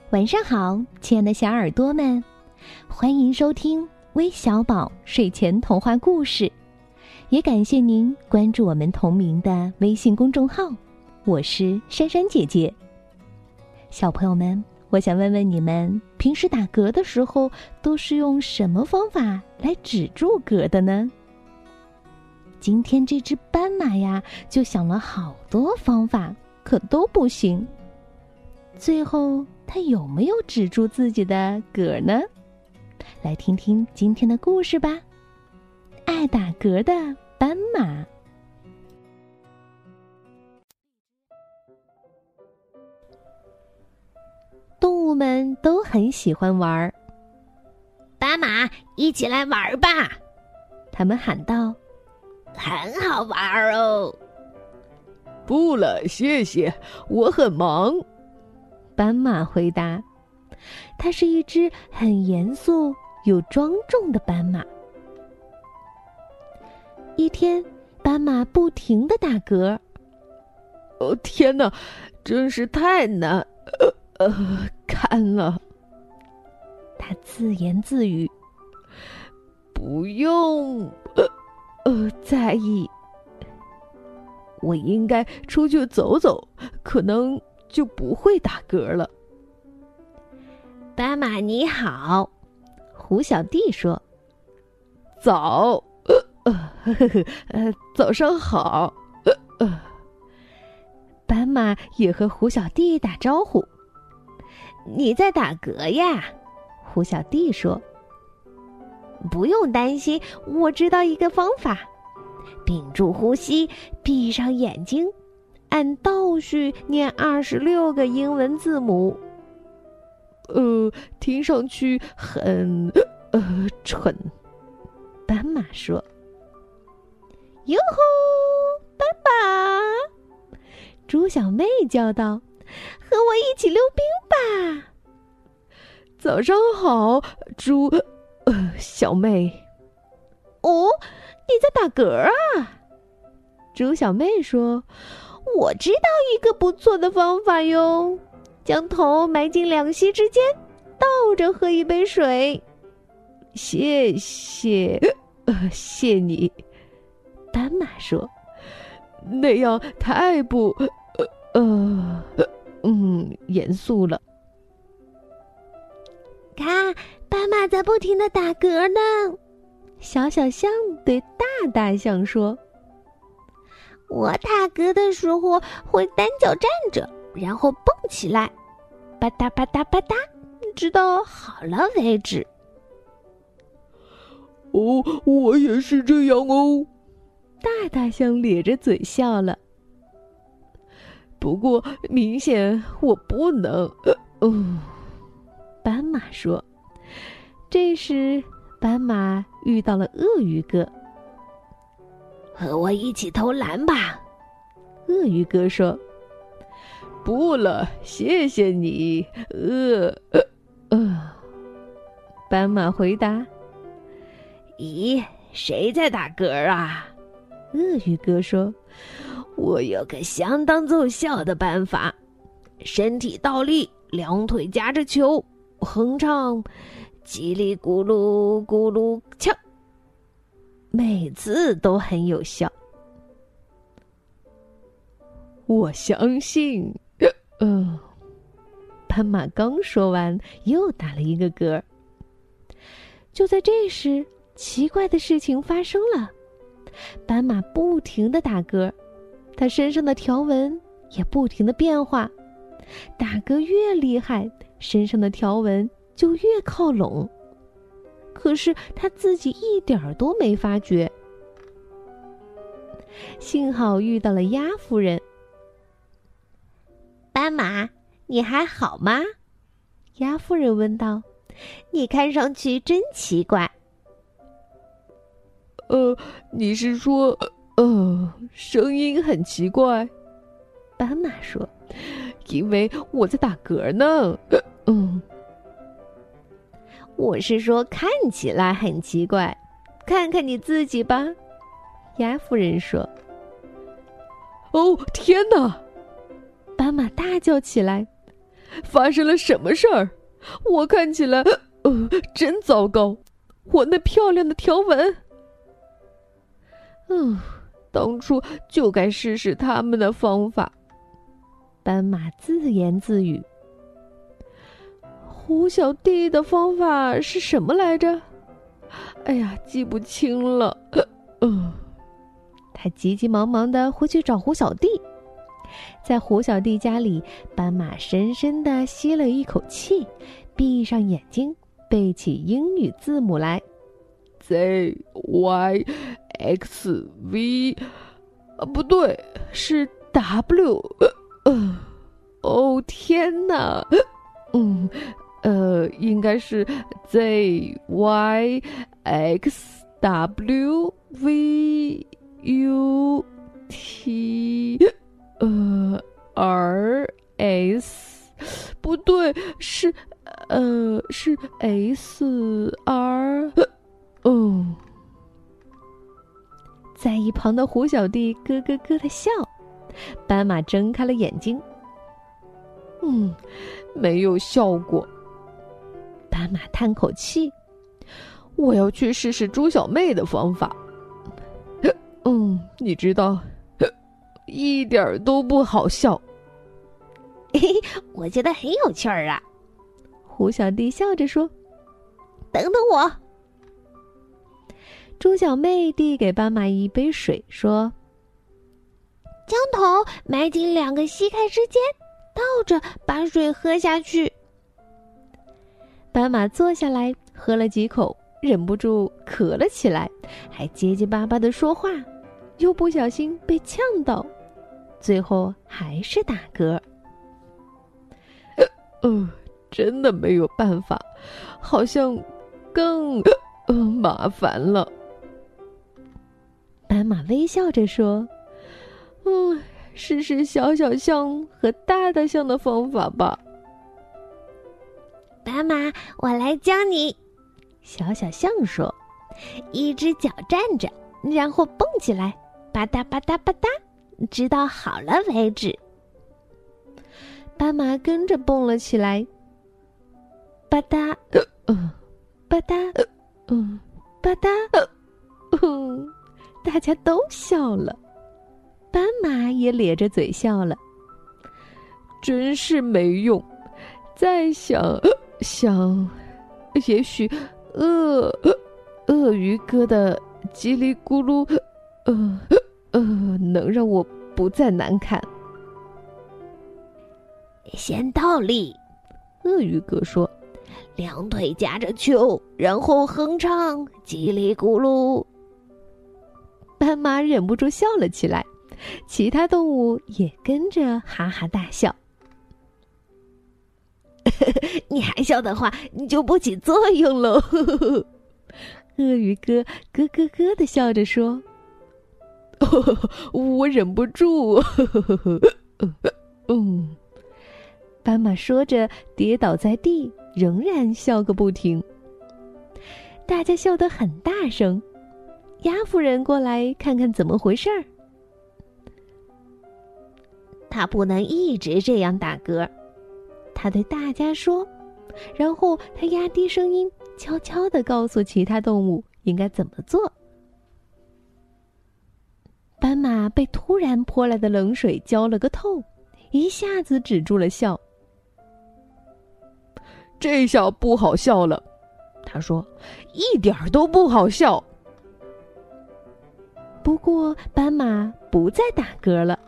晚上好，亲爱的小耳朵们，欢迎收听微小宝睡前童话故事，也感谢您关注我们同名的微信公众号，我是珊珊姐姐。小朋友们，我想问问你们，平时打嗝的时候都是用什么方法来止住嗝的呢？今天这只斑马呀，就想了好多方法，可都不行。最后它有没有止住自己的嗝呢？来听听今天的故事吧。爱打嗝的斑马。动物们都很喜欢玩， 斑马，一起来玩吧！ 他们喊道。 很好玩哦。 不了，谢谢，我很忙。 斑马回答。它是一只很严肃又庄重的斑马。一天，斑马不停地打嗝。 哦，天哪，真是太难看了。 他自言自语。 不用在意，我应该出去走走，可能就不会打嗝了。 斑马你好， 胡小弟说。 早早上好。 斑马也和胡小弟打招呼。 你在打嗝呀？ 胡小弟说。 不用担心，我知道一个方法。屏住呼吸，闭上眼睛，按倒序念26个英文字母。 听上去很蠢。 斑马说。 哟吼，斑马！ 猪小妹叫道：“ 和我一起溜冰吧！” 早上好，猪小妹。 哦，你在打嗝啊？ 猪小妹说。 我知道一个不错的方法哟，将头埋进两膝之间，倒着喝一杯水。 谢谢你。 斑马说。 那样太不严肃了。 看，斑马在不停地打嗝呢。 小小象对大大象说。 我打嗝的时候会单脚站着，然后蹦起来，吧嗒吧嗒吧嗒，直到好了为止。 哦，我也是这样哦。 大大象咧着嘴笑了。 不过明显我不能。 斑马说。这时斑马遇到了鳄鱼哥。 和我一起投篮吧， 鳄鱼哥说。 不了，谢谢你。 斑马回答。 咦，谁在打嗝啊？ 鳄鱼哥说。 我有个相当奏效的办法，身体倒立，两腿夹着球，哼唱叽里咕噜咕噜呛，每次都很有效。 我相信。 斑马刚说完，又打了一个嗝。就在这时，奇怪的事情发生了。斑马不停地打嗝，它身上的条纹也不停地变化。打嗝越厉害，身上的条纹就越靠拢。可是它自己一点儿都没发觉。幸好遇到了鸭夫人。 斑马，你还好吗？ 鸭夫人问道。 你看上去真奇怪。 你是说声音很奇怪？ 斑马说。 因为我在打嗝呢。 我是说看起来很奇怪，看看你自己吧。 鸭夫人说。 哦，天哪！ 斑马大叫起来。 发生了什么事儿？我看起来，真糟糕。我那漂亮的条纹，当初就该试试他们的方法。 斑马自言自语。 胡小弟的方法是什么来着？哎呀，记不清了。 他急急忙忙地回去找胡小弟。在胡小弟家里，斑马深深地吸了一口气，闭上眼睛，背起英语字母来。 Z Y X V， 不对，是 W。哦天哪！应该是 Z Y X W V U T R S， 不对，是 S R。 在一旁的胡小弟咯咯咯的笑。斑马睁开了眼睛。 没有效果。 斑马叹口气。 我要去试试猪小妹的方法。你知道，一点都不好笑。 我觉得很有趣儿啊。 胡小弟笑着说。 等等我。 猪小妹递给斑马一杯水，说： 将头埋进2个膝盖之间，倒着把水喝下去。 斑马坐下来喝了几口，忍不住咳了起来，还结结巴巴地说话，又不小心被呛到，最后还是打嗝。 真的没有办法，好像更麻烦了。 斑马微笑着说：试试小小象和大大象的方法吧。 斑马，我来教你。 小小象说： 一只脚站着，然后蹦起来，吧嗒吧嗒吧嗒，直到好了为止。 斑马跟着蹦了起来，吧嗒，吧嗒，吧嗒，大家都笑了，斑马也咧着嘴笑了。 真是没用，再想想，也许鳄鱼哥的叽里咕噜，能让我不再难看。 先倒立， 鳄鱼哥说 ，2腿夹着球，然后哼唱叽里咕噜。 斑马忍不住笑了起来，其他动物也跟着哈哈大笑。 你还笑的话，你就不起作用了。 鳄鱼哥咯咯咯地笑着说： 我忍不住。 斑马说着跌倒在地，仍然笑个不停。大家笑得很大声。鸭夫人过来看看怎么回事儿。 他不能一直这样打嗝， 他对大家说，然后他压低声音，悄悄地告诉其他动物应该怎么做。斑马被突然泼来的冷水浇了个透，一下子止住了笑。 这下不好笑了，他说，一点都不好笑。 不过斑马不再打嗝了。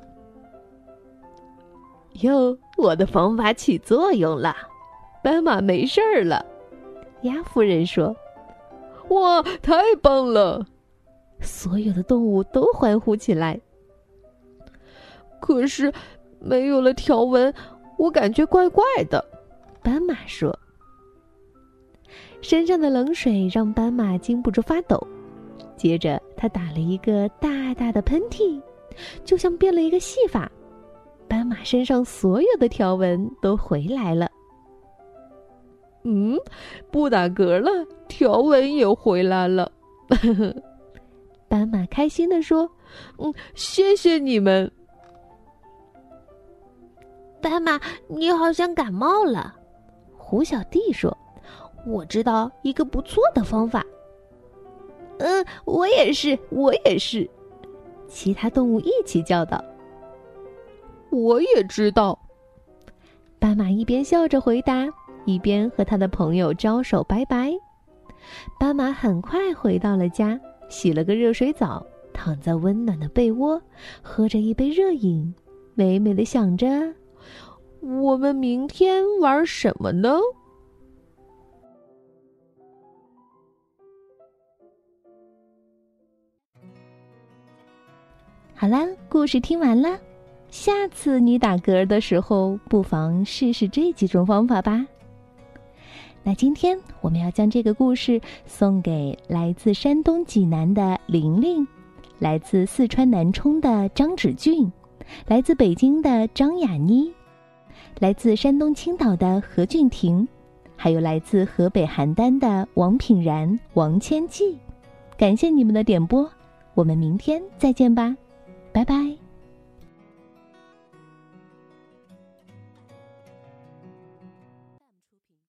哟，我的方法起作用了， 斑马没事儿了。鸭夫人说： 哇，太棒了！ 所有的动物都欢呼起来。 可是没有了条纹，我感觉怪怪的。 斑马说。身上的冷水让斑马禁不住发抖，接着他打了一个大大的喷嚏，就像变了一个戏法。斑马身上所有的条纹都回来了。 不打嗝了，条纹也回来了。 斑马开心地说： 谢谢你们。 斑马，你好像感冒了。 胡小弟说：“ 我知道一个不错的方法。” 我也是，我也是。 其他动物一起叫道：“ 我也知道。” 斑马一边笑着回答，一边和他的朋友招手拜拜。斑马很快回到了家，洗了个热水澡，躺在温暖的被窝，喝着一杯热饮，美美的想着： 我们明天玩什么呢？ 好啦，故事听完了，下次你打嗝的时候，不妨试试这几种方法吧。那今天我们要将这个故事送给来自山东济南的玲玲，来自四川南充的张芷俊，来自北京的张雅妮，来自山东青岛的何俊婷，还有来自河北邯郸的王品然、王千纪。感谢你们的点播，我们明天再见吧，拜拜。